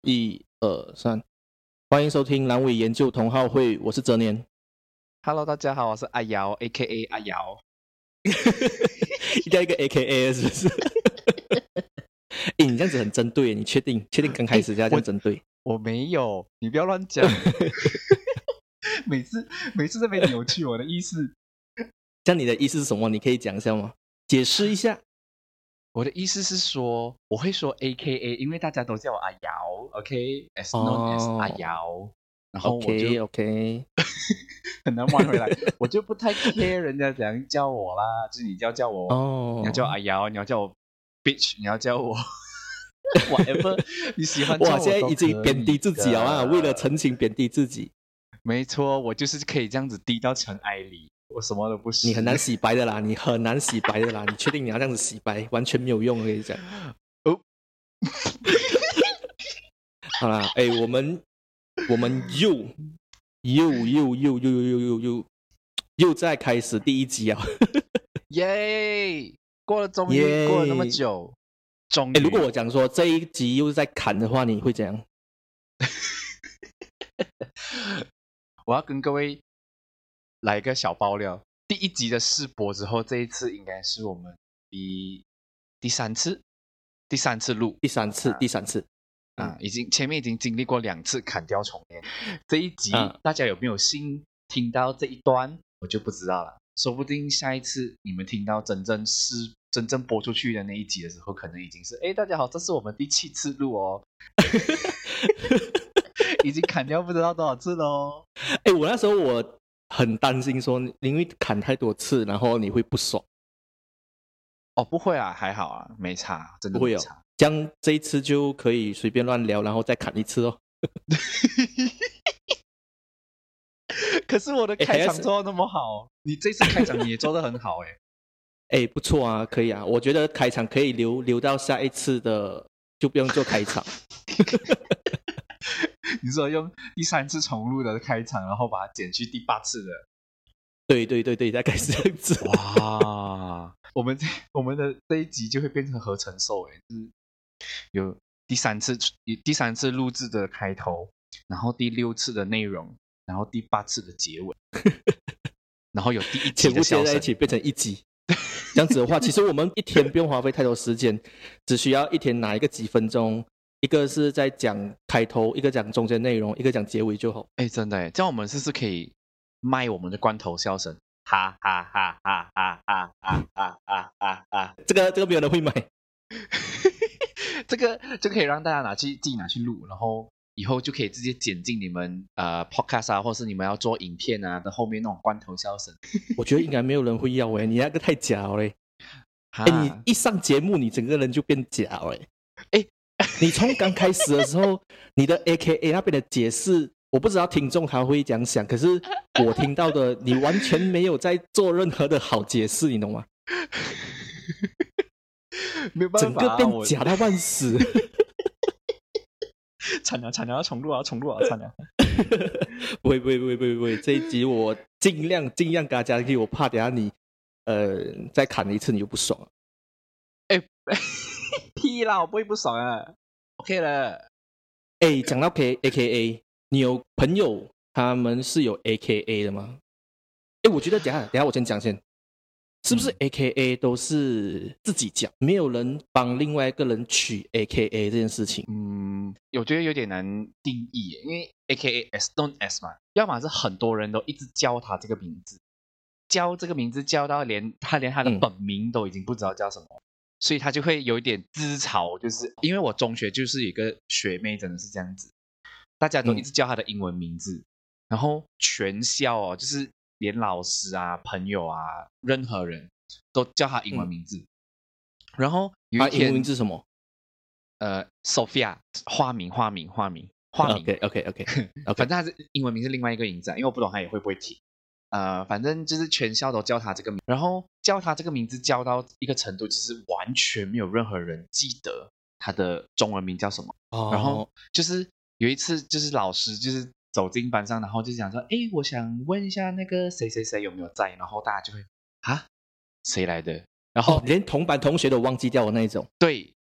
1、2、3，欢迎收听阑尾研究同好会，我是哲年。 Hello， 大家好，我是阿瑶 ，A.K.A 阿瑶。 一定要一个 A.K.A 是不是？你这样子很针对，你确定刚开始就要这样针对？ 我没有，你不要乱讲。每次这边扭曲我的意思。 这样你的意思是什么？你可以讲一下吗？解释一下。 我的意思是说，我会说 A.K.A， 因为大家都叫我阿瑶 ，OK，as known as 阿瑶。然后我就 OK 很难玩回来，我就不太 care 人家怎样叫我啦，就是你叫我，你要叫我阿瑶，你要叫我 bitch， 你要叫我 whatever， 你喜欢叫我都可以的。 哇，现在已经贬低自己了啊！为了澄清贬低自己。 没错，我就是可以这样子低到尘埃里，我什么都不是。 你很难洗白的啦，你很难洗白的啦，你确定你要这样子洗白？完全没有用，我跟你讲。 哦， 好啦，我们又再开始第一集啊！ 耶！终于过了那么久，终于。 如果我讲说这一集又在砍的话，你会怎样？ 我要跟各位来一个小爆料。第一集的试播之后，这一次应该是我们第三次录，第三次。前面已经经历过2次砍掉重练，这一集大家有没有幸听到这一段，我就不知道了。说不定下一次你们听到真正播出去的那一集的时候，可能已经是大家好，这是我们第7次录哦，已经砍掉不知道多少次咯。 我那时候我很担心说，因为砍太多次，然后你会不爽。 哦，不会啊，还好啊，没差，真的没差。 这样这一次就可以随便乱聊，然后再砍一次哦。 可是我的开场做得那么好，你这次开场你也做得很好不错啊，可以啊，我觉得开场可以留到下一次的，就不用做开场。 你说用第3次重录的开场，然后把它剪去第8次的。 对，大概是这样子。 哇，我们的这一集就会变成合成兽就是有第三次录制的开头，然后第6次的内容，然后第8次的结尾，然后有第1集的笑声， 全部接在一起变成1集。这样子的话，其实我们一天不用花费太多时间，只需要一天拿一个几分钟，一个是在讲开头，一个讲中间内容，一个讲结尾就好。 真的这样我们是不是可以卖我们的罐头笑声？哈哈哈哈哈哈哈哈哈哈！ 这个没有人会买。 这个就可以让大家自己拿去录，然后以后就可以直接剪进你们podcast 啊，或是你们要做影片啊的后面那种罐头笑声。 我觉得应该没有人会要你那个太假了你一上节目你整个人就变假了你从刚开始的时候你的 AKA 那边的解释，我不知道听众他会这样想，可是我听到的你完全没有在做任何的好解释，你懂吗？ 没有办法整个变假到半死。 惨了，要重录啊，惨了。 不会，这一集我尽量跟大家给我怕等下你再砍一次你就不爽了。 屁啦，我不会不爽啊 OK 了。 讲到 AKA， 你有朋友他们是有 AKA 的吗？我觉得等下我先讲先，是不是 AKA 都是自己讲，没有人帮另外一个人取 AKA 这件事情？ 我觉得有点难定义因为 AKA as known as 嘛，要么是很多人都一直叫他这个名字，叫这个名字叫到连他的本名都已经不知道叫什么，所以他就会有一点自嘲，就是因为我中学就是有一个学妹真的是这样子，大家都一直叫她的英文名字，然后全校就是连老师啊、朋友啊、任何人都叫她英文名字。然后有一天， 英文名字是什么 ？Sophia， 化名。 OK， 反正她是英文名是另外一个名字因为我不懂她也会不会提。反正就是全校都叫她这个名，然后叫她这个名字叫到一个程度，就是完全没有任何人记得她的中文名叫什么。然后就是有一次，就是老师就是走进班上，然后就讲说，我想问一下那个谁谁谁有没有在，然后大家就会谁来的？然后连同班同学都忘记掉的那一种。 对，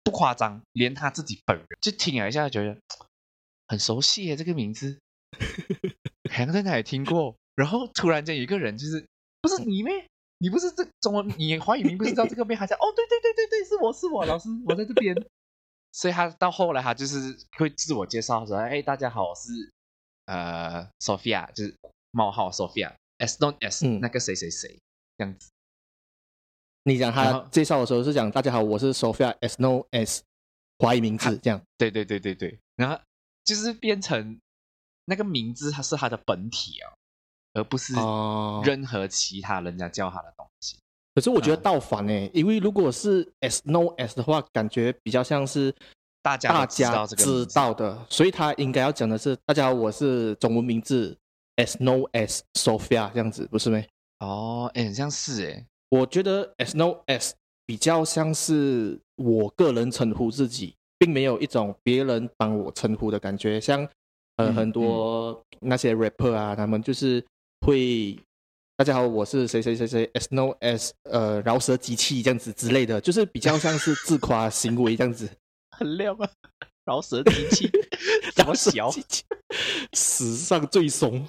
不夸张，连他自己本人就听了一下，觉得很熟悉耶，这个名字好像在哪里听过。然后突然间有一个人就是不是你咩？你不是这中文，你华语名不是叫这个咩？他讲哦，对，是我老师，我在这边。所以他到后来他就是会自我介绍说，哎，大家好，我是Sophia， 就是冒号 Sophia，as known as 那个谁谁谁这样子。 你讲他介绍的时候是讲大家好，我是 Sophia，as known as 华语名字这样。 对，然后就是变成那个名字，它是他的本体啊，而不是任何其他人家叫他的东西。 可是我觉得倒反欸，因为如果是 as known as 的话，感觉比较像是大家知道的，所以他应该要讲的是大家好，我是中文名字 as known as Sophia 这样子，不是吗？ 哦，很像是诶。 我觉得 as known as 比较像是我个人称呼自己，并没有一种别人帮我称呼的感觉。像很多那些 rapper 啊，他们就是会大家好，我是谁谁谁谁 as known as 饶舌机器这样子之类的，就是比较像是自夸行为这样子。 很亮啊，饶舌机器，怎么小？ 史上最怂。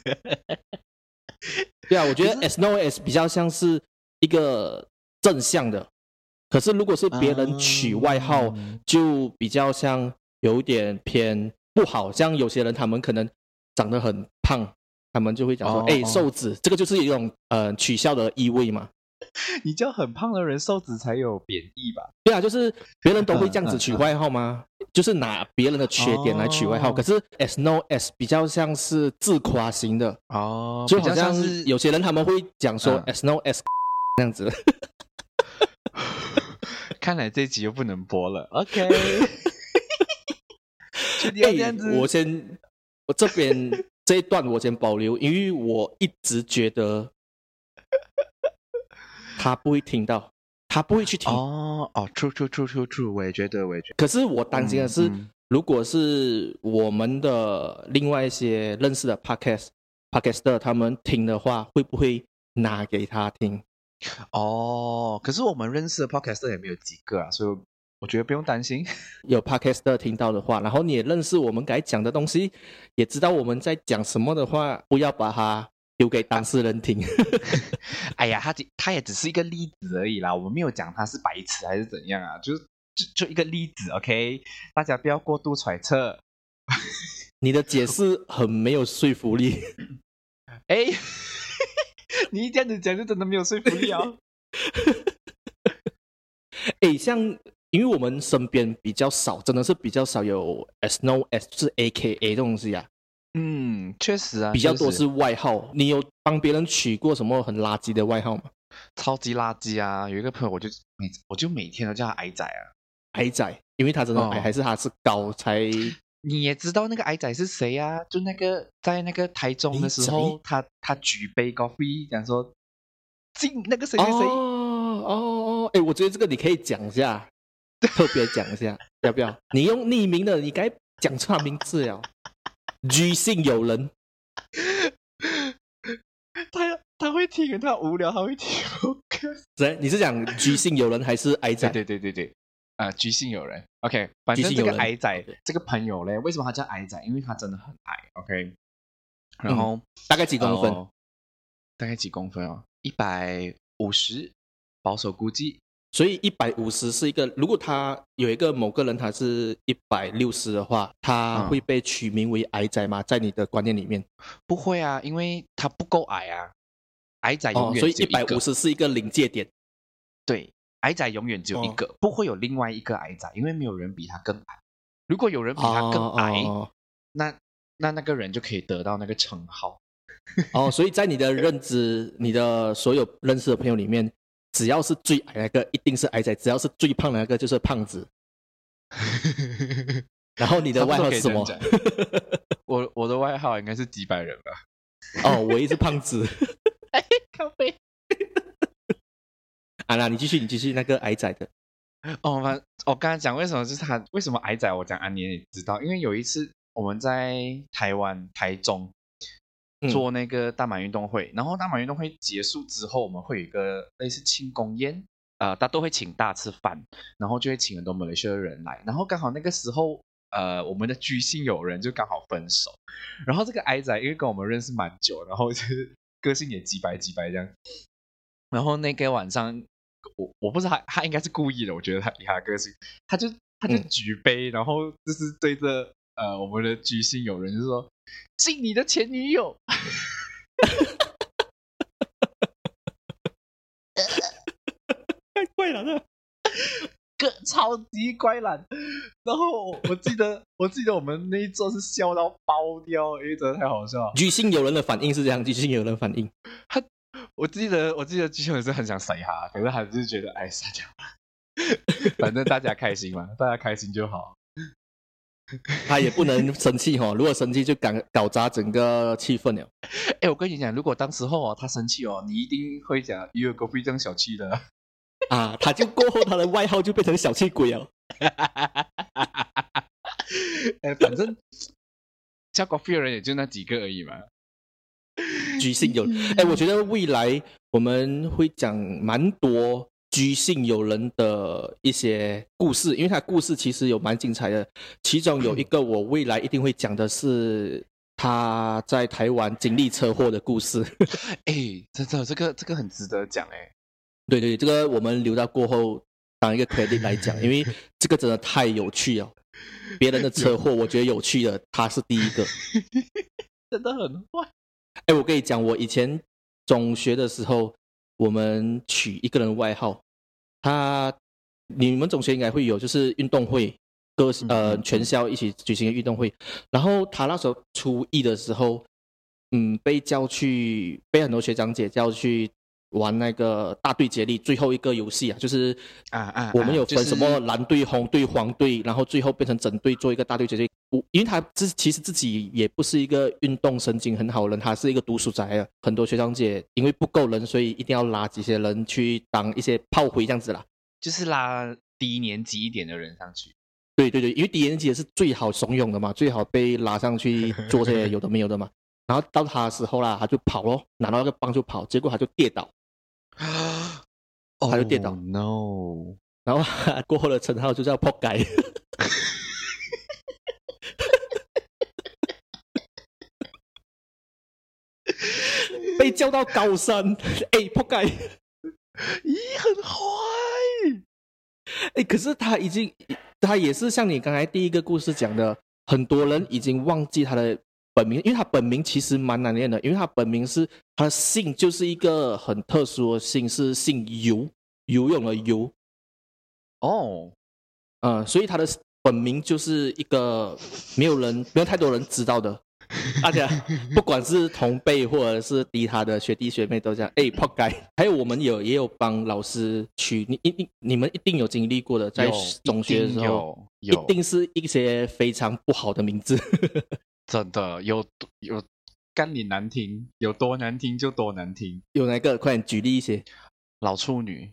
对啊，我觉得 as known as 比较像是一个正向的，可是如果是别人取外号，就比较像有点偏不好。像有些人他们可能长得很胖，他们就会讲说，哎，瘦子，这个就是一种取笑的意味嘛。 你叫很胖的人瘦子才有贬义吧？ 对啊，就是别人都会这样子取外号吗？就是拿别人的缺点来取外号。可是 as known as 比较像是自夸型的哦， 就好像是有些人他们会讲说 as known as 这样子。 看来这集又不能播了。OK， 我这边这一段我先保留，因为我一直觉得他不会听到，他不会去听。 true， 我也觉得。 可是我担心的是，如果是我们的另外一些认识的 podcaster 他们听的话，会不会拿给他听？ 可是我们认识的 podcaster 也没有几个啊，所以我觉得不用担心。 有 podcaster 听到的话，然后你也认识我们该讲的东西，也知道我们在讲什么的话，不要把它丢给当事人听。 哎呀，他也只是一个例子而已啦，我们没有讲他是白痴还是怎样啊，就一个例子 ，OK， 大家不要过度揣测。 你的解释很没有说服力。 哎，你这样子讲就真的没有说服力啊。 哎，像因为我们身边比较少，真的是比较少有 as known as 就是 AKA 这种东西啊。 确实啊， 比较多是外号。你有帮别人取过什么很垃圾的外号吗？ 超级垃圾啊！有一个朋友，我就每天都叫他矮仔啊， 矮仔，因为他真的矮，还是他是高才？ 你也知道那个矮仔是谁啊？就那个在那个台中的时候，他举杯高飞，讲说敬那个谁谁谁。 哎，我觉得这个你可以讲一下，特别讲一下，要不要？你用匿名的，你该讲出他名字了。G 姓友人， 他会听，他无聊他会听。 谁？你是讲 G 姓友人还是矮仔？ 对，G 姓友人。OK， 反正这个矮仔这个朋友嘞，为什么他叫矮仔？因为他真的很矮。OK， 然后大概几公分？ 大概几公分哦？150，保守估计。 所以150是一个，如果他有一个某个人他是160的话，他会被取名为矮仔吗？在你的观念里面？ 不会啊，因为他不够矮啊。矮仔永远只有一个， 所以150是一个临界点。 对，矮仔永远只有一个，不会有另外一个矮仔，因为没有人比他更矮。如果有人比他更矮，那个人就可以得到那个称号。 所以在你的认知，你的所有认识的朋友里面，只要是最矮那个一定是矮仔，只要是最胖的那个就是胖子。然后你的外号是什么？ 我的外号应该是几百人吧。 我也是胖子。 靠背。 那你继续那个矮仔的。 我刚才讲为什么矮仔，我讲你也知道，因为有一次我们在台中做那个大马运动会，然后大马运动会结束之后，我们会有一个类似庆功宴， 他都会请大家吃饭，然后就会请很多马来西亚的人来，然后刚好那个时候我们的居心友人就刚好分手，然后这个矮仔因为跟我们认识蛮久，然后就是个性也几白这样，然后那个晚上我不知道他应该是故意的，我觉得他以他的个性，他就举杯，然后就是对着我们的居心友人就说敬你的前女友。 太怪了， 超级怪懒。然后我记得我们那一桌是笑到爆掉，因为真的太好笑了。 居心友人的反应是这样，居心友人反应， 我记得居心友人是很想甩他，可是还是觉得哎撒娇，反正大家开心嘛，大家开心就好。 他也不能生气哦，如果生气就搞砸整个气氛了。 我跟你讲，如果当时候他生气你一定会讲你有个非常小气的啊，他就过后他的外号就变成小气鬼了。 反正叫 Coffee 的人也就那几个而已嘛。 居心友人，我觉得未来我们会讲蛮多居心友人的一些故事，因为他的故事其实有蛮精彩的。其中有一个我未来一定会讲的是他在台湾经历车祸的故事。 真的这个很值得讲对，这个我们留到过后当一个 credit 来讲，因为这个真的太有趣了。别人的车祸我觉得有趣的，他是第一个。 真的很坏。 我跟你讲，我以前中学的时候，我们取一个人外号，你们中学应该会有，就是运动会，全校一起举行的运动会。然后他那时候初一的时候，被很多学长姐叫去玩那个大队接力最后一个游戏啊，就是我们有分什么蓝队、红队、黄队，然后最后变成整队做一个大队接力。因为他其实自己也不是一个运动神经很好的人，他是一个读书宅啊。很多学长姐因为不够人，所以一定要拉几些人去当一些炮灰这样子啦， 就是拉低年级一点的人上去。 对，因为低年级也是最好怂恿的嘛，最好被拉上去做这些有的没有的嘛。然后到他的时候啦，他就跑咯，拿到那个棒就跑，结果他就跌倒。他就跌倒 no， 然后过后的称号就叫扑街。被叫到高山，扑街， 很坏。 可是他也是像你刚才第一个故事讲的，很多人已经忘记他的本名，因为他本名其实蛮难念的，因为他本名是他的姓就是一个很特殊的姓，是姓游，游泳的游。所以他的本名就是一个没有太多人知道的。大家不管是同辈或者是低他的学弟学妹都这样，扑街。还有我们也有帮老师取，你们一定有经历过的，在中学的时候，一定是一些非常不好的名字。 真的有干你难听，有多难听就多难听。 有哪个？快点举例一些。 老处女。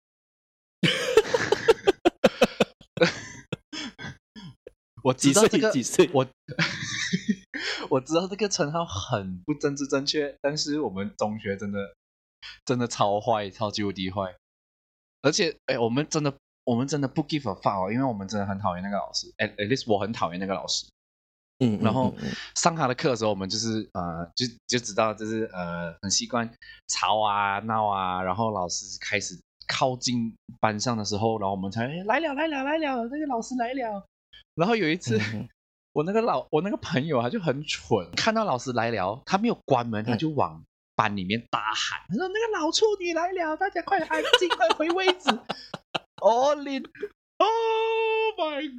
我知道这个几岁我知道这个称号很不政治正确，但是我们中学真的超坏，超级无敌坏。而且我们真的不 give a fuck，因为我们真的很讨厌那个老师。at least 我很讨厌那个老师。然后上他的课的时候，我们就是就知道就是很习惯吵啊闹啊，然后老师开始靠近班上的时候，然后我们才来了，那个老师来了。然后有一次，我那个朋友他就很蠢，看到老师来了，他没有关门，他就往班里面大喊，他说：“那个老处女来了，大家快安静，快回位置。” Oh my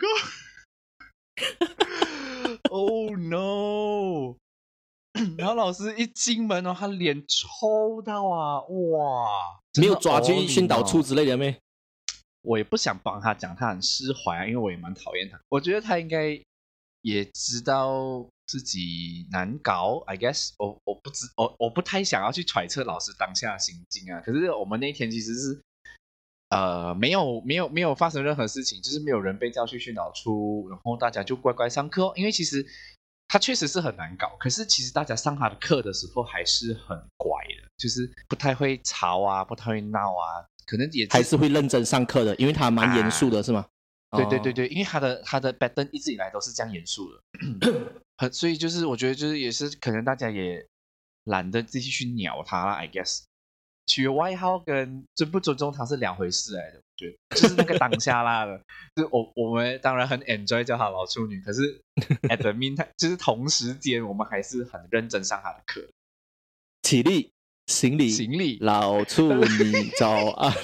god！Oh no！ 然后老师一进门他脸抽到啊，哇！ 没有抓去训导处之类的没？ 我也不想帮他讲，他很释怀因为我也蛮讨厌他。我觉得他应该也知道自己难搞 ，I guess 我不太想要去揣测老师当下的心境啊。可是我们那一天其实是没有发生任何事情，就是没有人被叫去训导处，然后大家就乖乖上课因为其实他确实是很难搞，可是其实大家上他的课的时候还是很乖的，就是不太会吵啊，不太会闹啊， 可能也还是会认真上课的，因为他蛮严肃的，是吗？ 对，因为他的 pattern 一直以来都是这样严肃的，所以就是我觉得就是也是可能大家也懒得继续去鸟他啦 I guess 取外号跟尊不尊重他是两回事来的，我觉得就是那个当下啦的，就是我们当然很 enjoy 叫他老处女，可是 at the meantime 就是同时间我们还是很认真上他的课。 起立，行礼，老处女早安。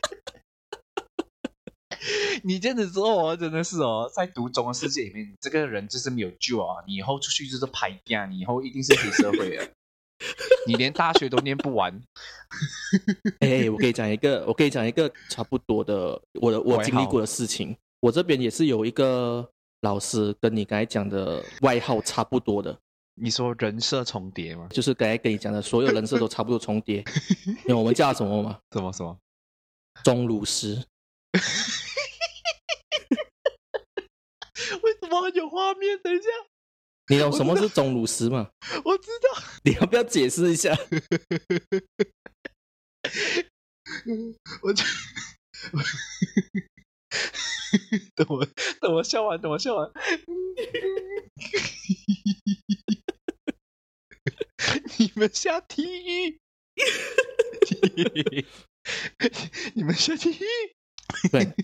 你这样子说哦，真的是哦，在读中的世界里面，你这个人就是没有救啊！你以后出去就是排家，你以后一定是黑社会的，你连大学都念不完。 我可以讲一个差不多的，我经历过的事情。我这边也是有一个老师跟你刚才讲的外号差不多的。 你说人设重叠吗？ 就是刚才跟你讲的，所有人设都差不多重叠。因为我们叫他什么吗？ 什么？ 钟乳石。 为什么有画面？等一下， 你懂什么是钟乳石吗？ 我知道， 你要不要解释一下？ 等我笑完。你们下地狱！你们下地狱！ 对。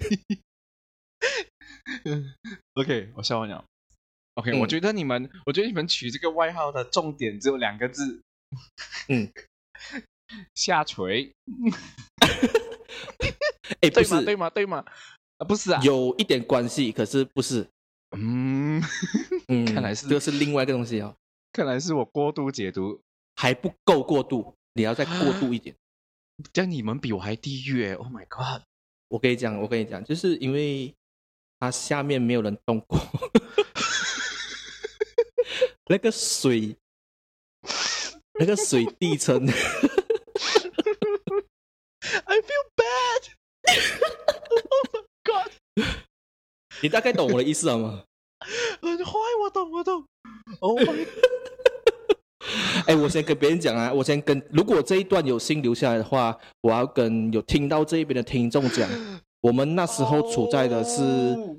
OK， 我笑完了。OK，我觉得你们取这个外号的重点只有2个字。下垂。 不是对吗？不是啊， 有一点关系，可是不是。 看来是这个是另外一个东西哦。 看来是我过度解读， 还不够过度，你要再过度一点。 这样你们比我还地狱耶 ！Oh my god！ 我跟你讲，就是因为它下面没有人动过，那个水地层。 I feel bad. Oh my god！ 你大概懂我的意思了吗？ 很坏，我懂。Oh my！ 我先跟别人讲啊，如果这一段有幸留下来的话，我要跟有听到这一边的听众讲，我们那时候处在的是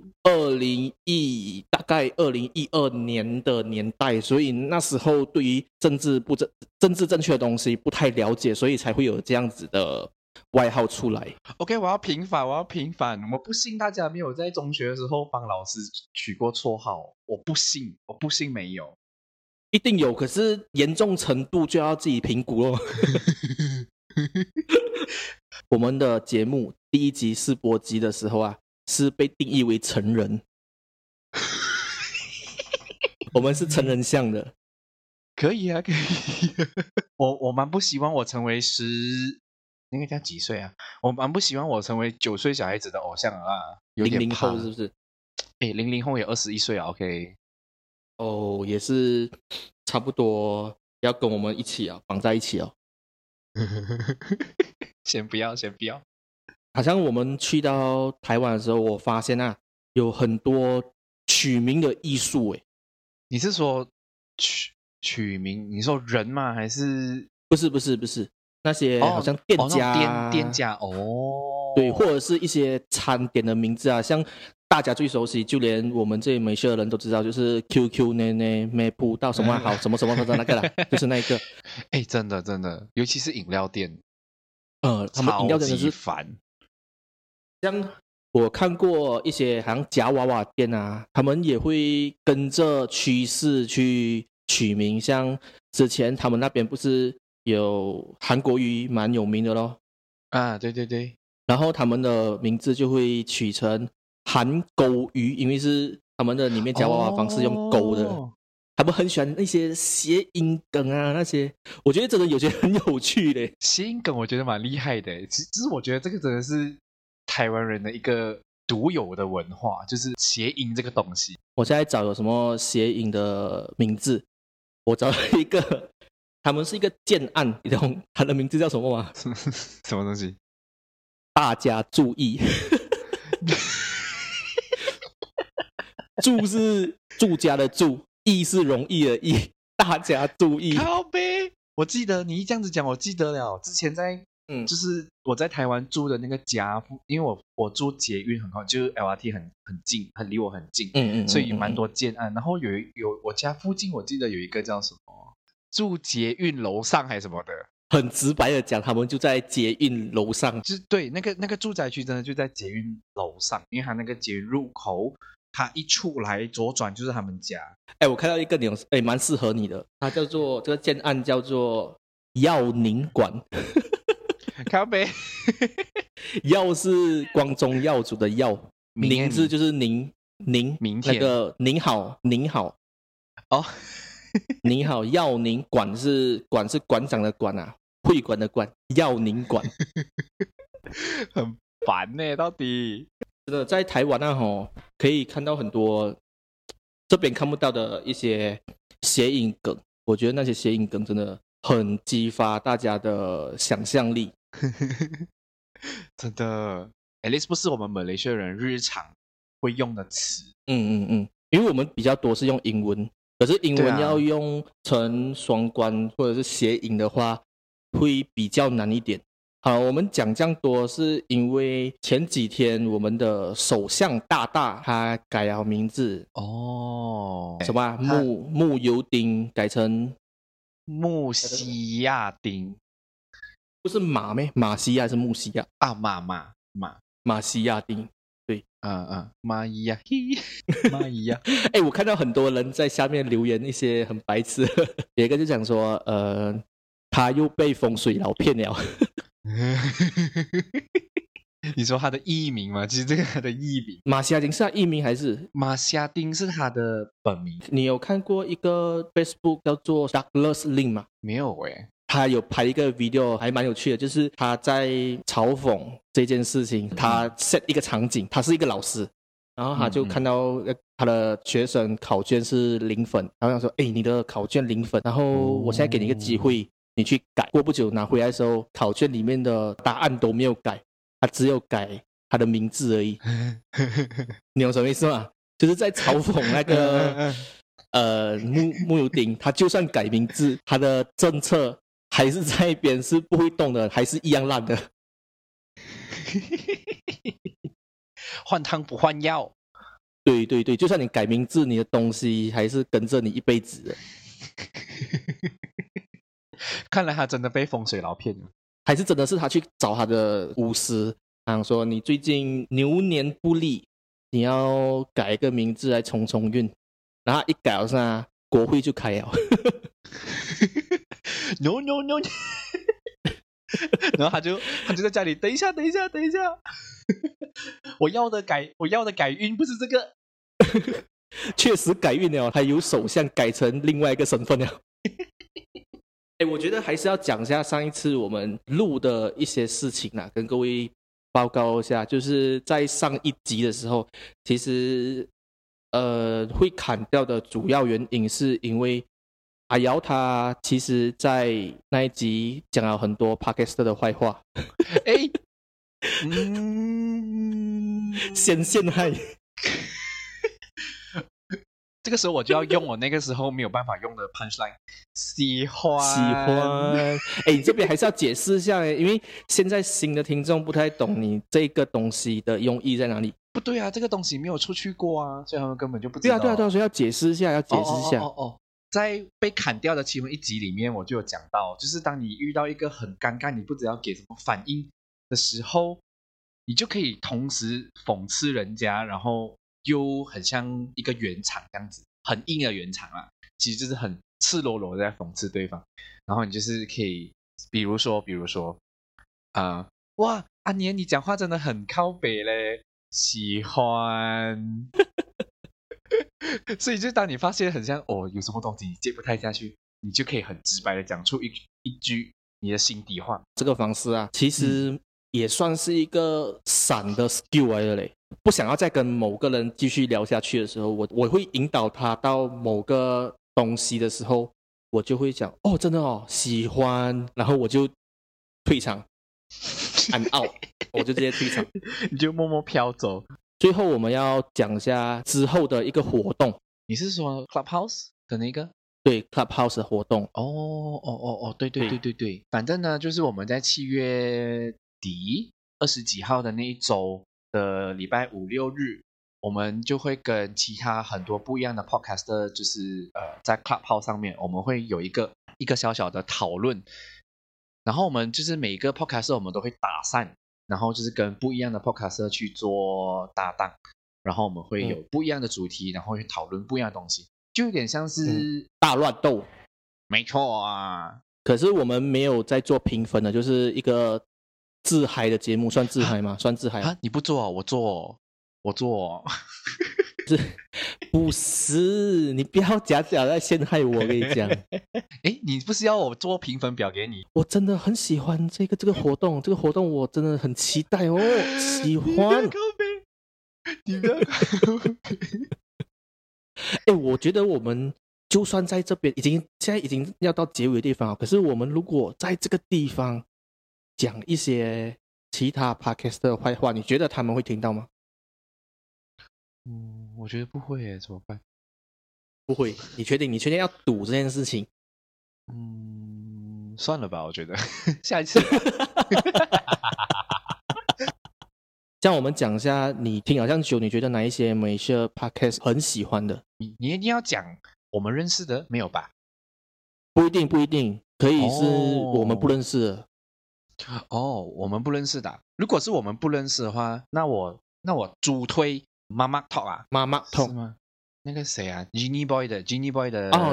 大概2012年的年代，所以那时候对于政治正确的东西不太了解，所以才会有这样子的外号出来。 OK， 我要平反。我不信大家没有在中学的时候帮老师取过绰号，我不信没有。 一定有，可是严重程度就要自己评估咯。我们的节目第1集试播集的时候啊，是被定义为成人。我们是成人向的。 可以啊。我蛮不希望我成为那个叫几岁啊？我蛮不希望我成为9岁小孩子的偶像啊，有点 00后是不是 ？00后也21岁啊 ，OK。 也是差不多要跟我们一起啊，绑在一起哦。 先不要。 好像我们去到台湾的时候，我发现啊，有很多取名的艺术。 你是说取名？你说人吗？还是不是那些好像店家店家对，或者是一些餐点的名字啊，像大家最熟悉，就连我们这些美式的人都知道，就是 QQ 呢咩铺到什么好什么的那个啦，就是那个。 真的，尤其是饮料店， 他们饮料真的是烦。 像我看过一些好像夹娃娃店啊，他们也会跟着趋势去取名，像之前他们那边不是有韩国瑜蛮有名的咯。 对。 然后他们的名字就会取成韩狗鱼，因为是他们的里面夹娃娃方式用狗的。他们很喜欢那些谐音梗啊，那些我觉得真的有些很有趣的谐音梗，我觉得蛮厉害的。其实我觉得这个真的是台湾人的一个独有的文化，就是谐音这个东西。 我现在找有什么谐音的名字，我找了一个，他们是一个建案，你懂他的名字叫什么吗？ 什么东西？ 大家注意。住是住家的住，易是容易的易，大家注意。 靠北，我记得你这样子讲，我记得了。之前在就是我在台湾住的那个家，因为我住捷运很靠，就是 LRT 很近，离我很近，所以蛮多建案。然后有我家附近，我记得有一个叫什么住捷运楼上还是什么的， 很直白的讲，他们就在捷运楼上， 就是对那个住宅区真的就在捷运楼上，因为他那个捷运入口，他一出来左转就是他们家。 我看到一个牛，蛮适合你的，它叫做这个建案叫做耀宁馆。 靠北耀是光宗耀祖的耀，宁字就是宁， 明那个宁好哦， 宁好，耀宁馆是馆长的馆啊，会馆的馆，耀宁馆。 很烦呢，到底真的在台湾可以看到很多这边看不到的一些谐音梗，我觉得那些谐音梗真的很激发大家的想象力。 真的 at least 不是我们马来西亚人日常会用的词。 因为我们比较多是用英文，可是英文要用成双关或者是谐音的话会比较难一点。好，我们讲这样多是因为前几天我们的首相大大他改了名字什么木油丁改成木西亚丁， 不是马咩？马西亚还是木西亚啊？马西亚丁，对， 马伊亚，马伊亚。 我看到很多人在下面留言一些很白痴，有一个就讲说，他又被风水佬骗了。 你说他的艺名吗？其实这个他的艺名， 马西亚丁是他艺名还是？ 马西亚丁是他的本名。 你有看过一个 Facebook 叫做 Douglas Lin 吗？ 没有他有拍一个 video 还蛮有趣的，就是他在嘲讽这件事情。他 set 一个场景，他是一个老师，然后他就看到他的学生考卷是0分，然后他说你的考卷0分，然后我现在给你一个机会，你去改。过不久拿回来的时候，考卷里面的答案都没有改，他只有改他的名字而已。你有什么意思吗？就是在嘲讽那个木油丁，他就算改名字，他的政策还是在一边是不会动的，还是一样烂的。 换汤不换药。 对，就算你改名字，你的东西还是跟着你一辈子的。 看来他真的被风水佬骗了， 还是真的是他去找他的巫师，说你最近牛年不利，你要改一个名字来冲运，然后一改好像国会就开了。 No， 然后他就在家里，等一下，我要的改运不是这个。 确实改运了，他由首相改成另外一个身份了。我觉得还是要讲一下上一次我们录的一些事情啦，跟各位报告一下。就是在上一集的时候，其实会砍掉的主要原因是因为阿瑶他其实在那一集讲了很多 Podcaster 的坏话。先陷害。 这个时候我就要用我那个时候没有办法用的 punchline， 喜欢。你这边还是要解释一下，因为现在新的听众不太懂你这个东西的用意在哪里。 不对啊，这个东西没有出去过啊，所以他们根本就不知道。 对啊，所以要解释一下， 在被砍掉的其中一集里面，我就有讲到，就是当你遇到一个很尴尬，你不知道给什么反应的时候，你就可以同时讽刺人家，然后又很像一个圆场这样子，很硬的圆场啦，其实就是很赤裸裸的在讽刺对方。然后你就是可以，比如说，哇，阿年你讲话真的很靠北嘞，喜欢。所以就当你发现很像有什么东西你接不太下去，你就可以很直白的讲出一句你的心底话。 这个方式啊，其实也算是一个闪的 skill 来的嘞。不想要再跟某个人继续聊下去的时候，我会引导他到某个东西的时候，我就会讲真的喜欢，然后我就退场I'm out， 我就直接退场。 你就默默飘走。 最后我们要讲一下之后的一个活动。 你是说 Clubhouse 的那个？ 对 Clubhouse 的活动。 对，反正呢，就是我们在7月底20几号的那一周的礼拜5、6日，我们就会跟其他很多不一样的 podcaster， 就是在 Clubhouse 上面，我们会有一个小小的讨论。然后我们就是每一个 podcaster 我们都会打散，然后就是跟不一样的 podcaster 去做搭档，然后我们会有不一样的主题，然后去讨论不一样的东西，就有点像是大乱斗。 没错啊。 可是我们没有在做评分的，就是一个自嗨的节目，算自嗨吗？算自嗨啊？你不做，我做。 不是，你不要假在陷害我，跟你讲。 你不是要我做评分表给你？ 我真的很喜欢这个活动，这个活动我真的很期待哦，喜欢。 你不要我觉得我们就算在这边现在已经要到结尾的地方，可是我们如果在这个地方讲一些其他 podcast 的坏话，你觉得他们会听到吗？ 我觉得不会耶，怎么办？ 不会，你确定要赌这件事情？ 算了吧，我觉得下一次。 这样我们讲一下，你听好像久，你觉得哪一些美式 podcast 很喜欢的？ 你一定要讲我们认识的没有吧？ 不一定，可以是我们不认识的。 我们不认识的。如果是我们不认识的话，那我主推妈妈 talk 啊， 妈妈 talk 是吗？那个谁啊 ，Genie Boy 的 Genie Boy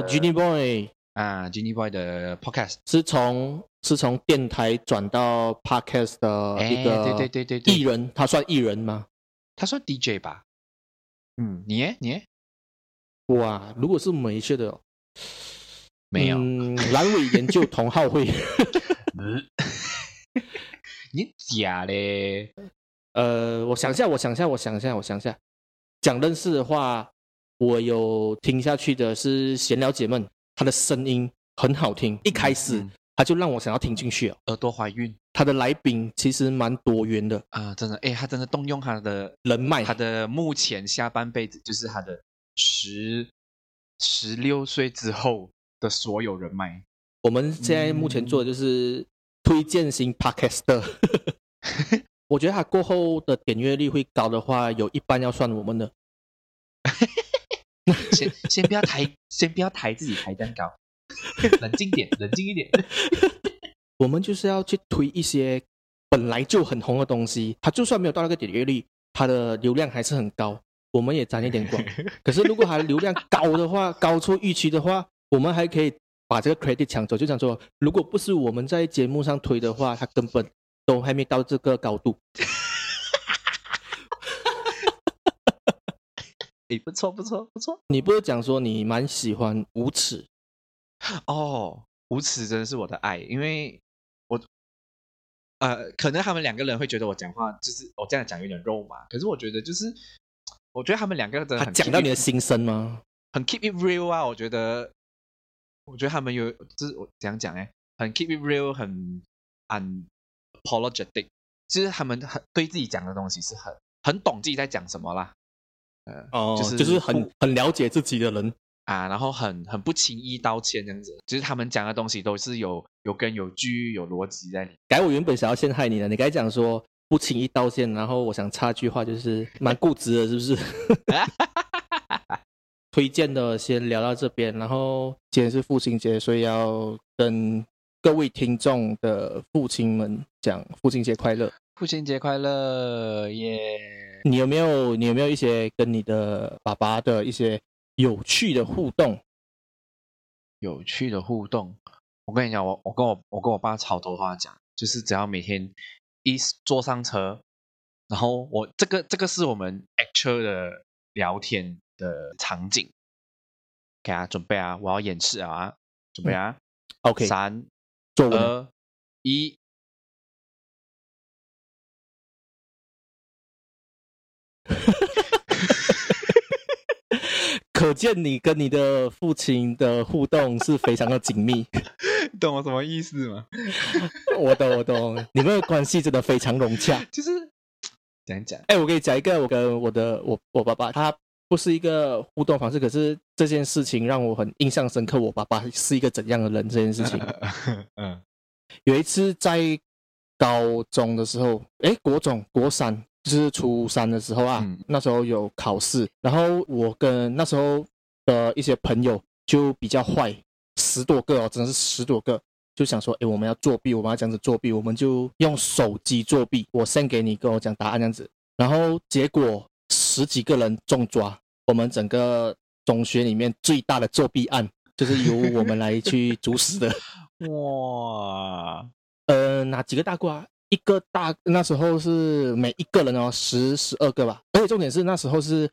的 podcast 是从电台转到 podcast 的一个对艺人，他算艺人吗？ 他算 DJ 吧。你耶？ 哇，如果是美式的， 没有。 阑尾研究同好会。 你假嘞？ 我想一下。讲认识的话，我有听下去的是闲聊姐妹，她的声音很好听，一开始她就让我想要听进去了。 耳朵怀孕。 她的来宾其实蛮多元的啊，真的，她真的动用她的人脉， 她的目前下半辈子就是她的16岁之后的所有人脉。 我们现在目前做的就是推荐型 podcaster。我觉得他过后的点阅率会高的话，有一半要算我们的。 先不要抬自己抬蛋糕，冷静一点。 我们就是要去推一些本来就很红的东西，他就算没有到那个点阅率，他的流量还是很高，我们也沾一点光。可是如果他的流量高的话，高出预期的话，我们还可以把这个 credit 抢走，就讲说，如果不是我们在节目上推的话，他根本都还没到这个高度。 不错。 你不是讲说你蛮喜欢无耻？ 无耻真的是我的爱，因为我可能他们两个人会觉得我讲话就是我这样讲有点肉麻，可是我觉得他们两个真的很讲到你的心声吗？ 很 keep it real 啊，我觉得他们有就是我怎样讲很 keep it real， 很 unapologetic， 就是他们对自己讲的东西是很懂自己在讲什么啦。 就是很了解自己的人啊，然后很不轻易道歉这样子，就是他们讲的东西都是有根有据有逻辑在里面。 我原本想要陷害你的，你该讲说不轻易道歉，然后我想插句话，就是蛮固执的，是不是？推荐的先聊到这边，然后今天是父亲节，所以要跟各位听众的父亲们讲父亲节快乐。 父亲节快乐耶！ 你有没有一些跟你的爸爸的一些有趣的互动？ 我跟你讲，我跟我爸超多话讲，就是只要每天一坐上车，然后这个是我们 actual 的聊天的场景。给啊，准备啊，我要演示啊，准备啊。 OK， 3、2、1。 可见你跟你的父亲的互动是非常的紧密。 懂我什么意思吗？ 我懂，你们的关系真的非常融洽。 就是怎样讲？ 我跟你讲一个，我跟我爸爸，他不是一个互动方式，可是这件事情让我很印象深刻。我爸爸是一个怎样的人？这件事情，有一次在高中的时候，国中国三，就是初三的时候啊，那时候有考试，然后我跟那时候的一些朋友就比较坏，10多个哦，真的是10多个。就想说，我们要作弊，我们要这样子作弊，我们就用手机作弊，我 send 给你，跟我讲答案这样子，然后结果10几个人中抓，我们整个中学里面最大的作弊案就是由我们来去主使的。 哇， 哪几个大过啊？一个大，那时候是每一个人哦，10、12个吧，而且重点是那时候是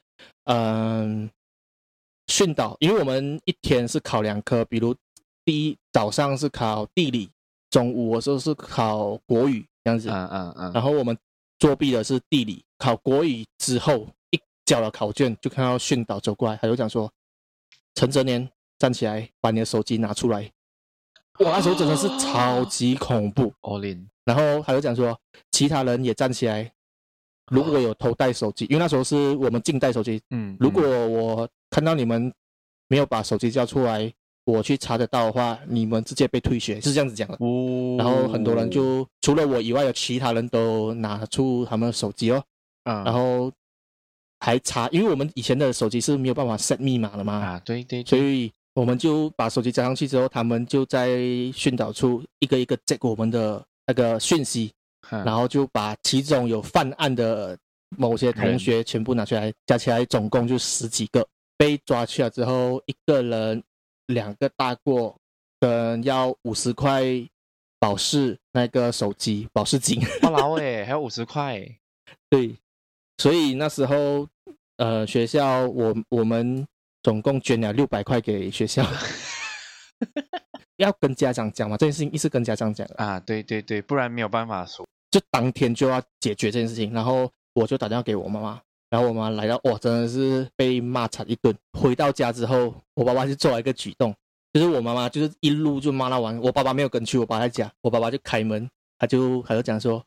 训导，因为我们一天是考2科，比如早上是考地理，中午的时候是考国语这样子。然后我们作弊的是地理，考国语之后一交了考卷，就看到训导走过来，他就讲说：“陈哲年，站起来，把你的手机拿出来。”哇，那时候真的是超级恐怖。然后他就讲说，其他人也站起来，如果有偷带手机，因为那时候是我们禁带手机。如果我看到你们没有把手机交出来，我去查得到的话，你们直接被退学，是这样子讲的。然后很多人就除了我以外的其他人都拿出他们的手机哦，然后还查，因为我们以前的手机是没有办法 set 密码的嘛。 对， 所以我们就把手机加上去之后，他们就在训导处一个一个 check 我们的那个讯息，然后就把其中有犯案的某些同学全部拿出来，加起来总共就10几个被抓去了之后，一个人2个大过，跟要50块保释那个手机保释金。 哇老还有50块。 对，所以那时候学校我们总共捐了600块给学校。要跟家长讲嘛，这件事情一直跟家长讲啊，对，不然没有办法说， 就当天就要解决这件事情。然后我就打电话给我妈妈，然后我妈来到，真的是被骂惨一顿。回到家之后，我爸爸就做了一个举动，就是我妈妈就是一路就骂到完，我爸爸没有跟去，我爸在家，我爸爸就开门，他就讲说，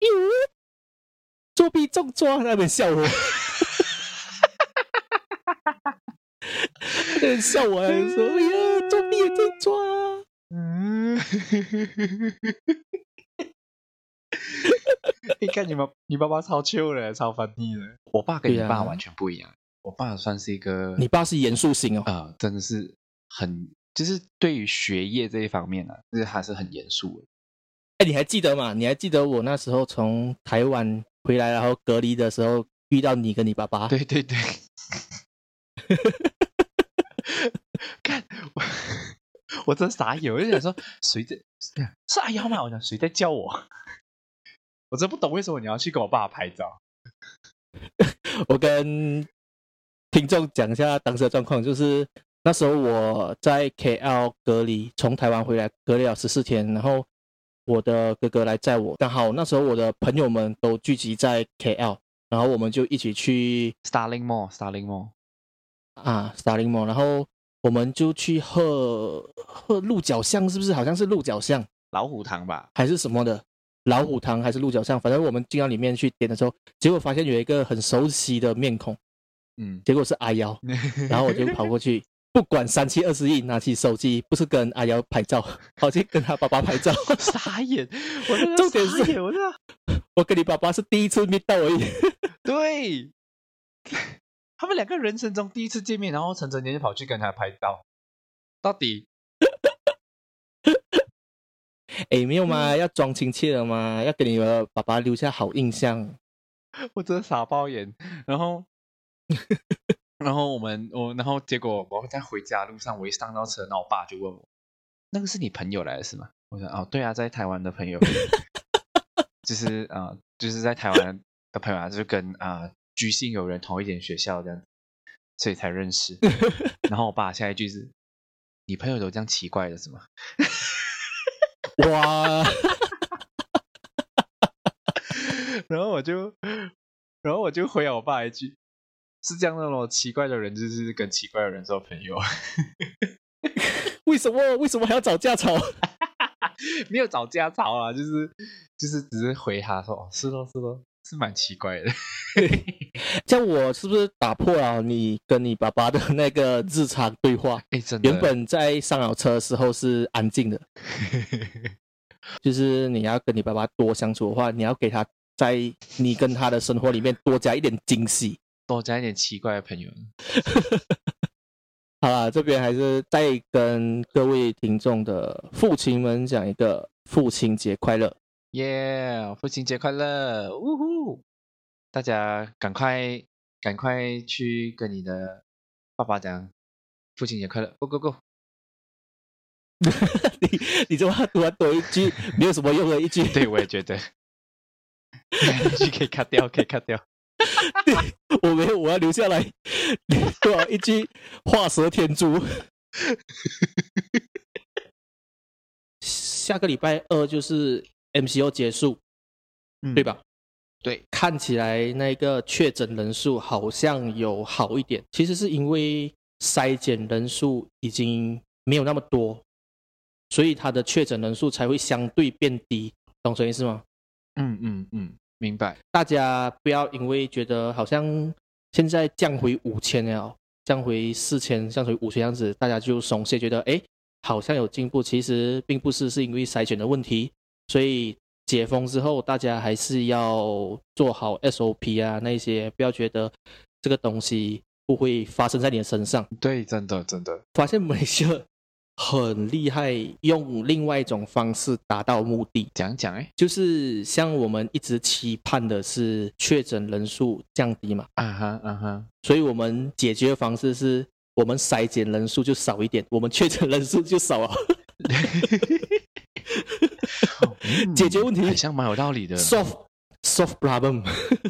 作弊中抓，在那边笑我。笑我，还说：“哎呀，作弊也在抓啊！” 你看你爸爸超 chill 的，超funny的。我爸跟你爸完全不一样。我爸算是一个， 你爸是严肃型哦。 真的是很，就是对于学业这一方面啊，就是他是很严肃的。你还记得吗？你还记得我那时候从台湾回来，然后隔离的时候遇到你跟你爸爸？ 对。看我真傻眼，我就想说谁在是阿瑶吗？我想谁在叫我？我真不懂为什么你要去跟我爸拍照。 我跟听众讲一下当时的状况，就是那时候我在 KL 隔离，从台湾回来隔离了14天，然后我的哥哥来载我，刚好那时候我的朋友们都聚集在 KL， 然后我们就一起去 Starling Mall Starling Mall， 然后我们就去喝鹿角巷，是不是？好像是鹿角巷， 老虎堂吧， 还是什么的？老虎堂还是鹿角巷？反正我们进到里面去点的时候，结果发现有一个很熟悉的面孔，结果是阿瑶，然后我就跑过去，不管3七20一，拿起手机，不是跟阿瑶拍照，跑去跟他爸爸拍照。 傻眼， 重点是我跟你爸爸是第一次面到而已。 对。他们2个人生中第一次见面，然后陈哲年就跑去跟他拍照，到底？ 没有嘛，要装亲切了嘛，要给你的爸爸留下好印象。 我真的傻爆眼，然后然后结果我在回家路上，我一上到车，然后我爸就问我，那个是你朋友来的是吗？我说哦，对啊，在台湾的朋友。就是在台湾的朋友啊，就跟居信友人同一间学校这样，所以才认识。然后我爸下一句是：“你朋友都这样奇怪的是吗？” 哇！ 然后我就回了我爸一句：“是这样的咯，奇怪的人就是跟奇怪的人做朋友。” 为什么还要找架吵？ 没有找架吵啊，就是只是回他说：“哦，是咯，是蛮奇怪的。” 这样我是不是打破了你跟你爸爸的那个日常对话？ 真的， 原本在上了车的时候是安静的，就是你要跟你爸爸多相处的话，你要给他在你跟他的生活里面多加一点惊喜， 多加一点奇怪的朋友。 好啦，这边还是再跟各位听众的父亲们讲一个父亲节快乐， 耶！父亲节快乐，呜呼！大家赶快去跟你的爸爸讲父亲节快乐 ，Go Go Go！ 你这话突然多一句没有什么用的一句， 对，我也觉得，一句可以 cut 掉，可以 cut 掉。 我没有，我要留下来。多少一句画蛇添足。下个礼拜2就是 MCO 结束，对吧？ 对， 看起来那个确诊人数好像有好一点，其实是因为筛检人数已经没有那么多，所以它的确诊人数才会相对变低，懂什么意思吗？ 明白。大家不要因为觉得好像现在降回5000了，降回4000，降回5000这样子，大家就松懈，觉得好像有进步，其实并不是，是因为筛选的问题。所以解封之后，大家还是要做好 SOP 啊，那些不要觉得这个东西不会发生在你的身上。 对，真的发现马来西亚很厉害，用另外一种方式达到目的。 讲就是像我们一直期盼的是确诊人数降低嘛，所以我们解决的方式是我们筛检人数就少一点，我们确诊人数就少了。解决问题好像蛮有道理的。 solve problem。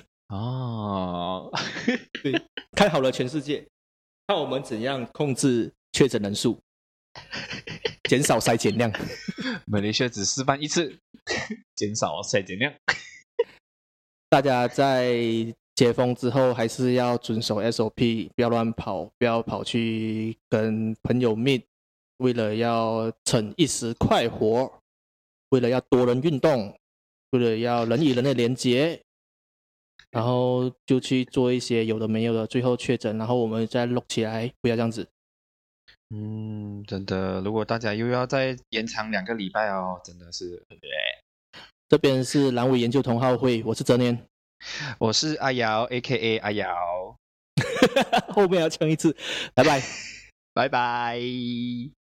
对，看好了全世界，看我们怎样控制确诊人数，减少筛检量。 马来西亚只示范一次，减少筛检量。 大家在解封之后还是要遵守 SOP， 不要乱跑，不要跑去跟朋友 meet， 为了要逞一时快活，为了要多人运动，为了要人与人的连结，然后就去做一些有的没有的，最后确诊，然后我们再录起来，不要这样子。 真的，如果大家又要再延长2个礼拜哦，真的是。 这边是阑尾研究同好会，我是哲年， 我是阿瑶 AKA 阿瑶。 后面要唱一次，拜拜。 拜拜。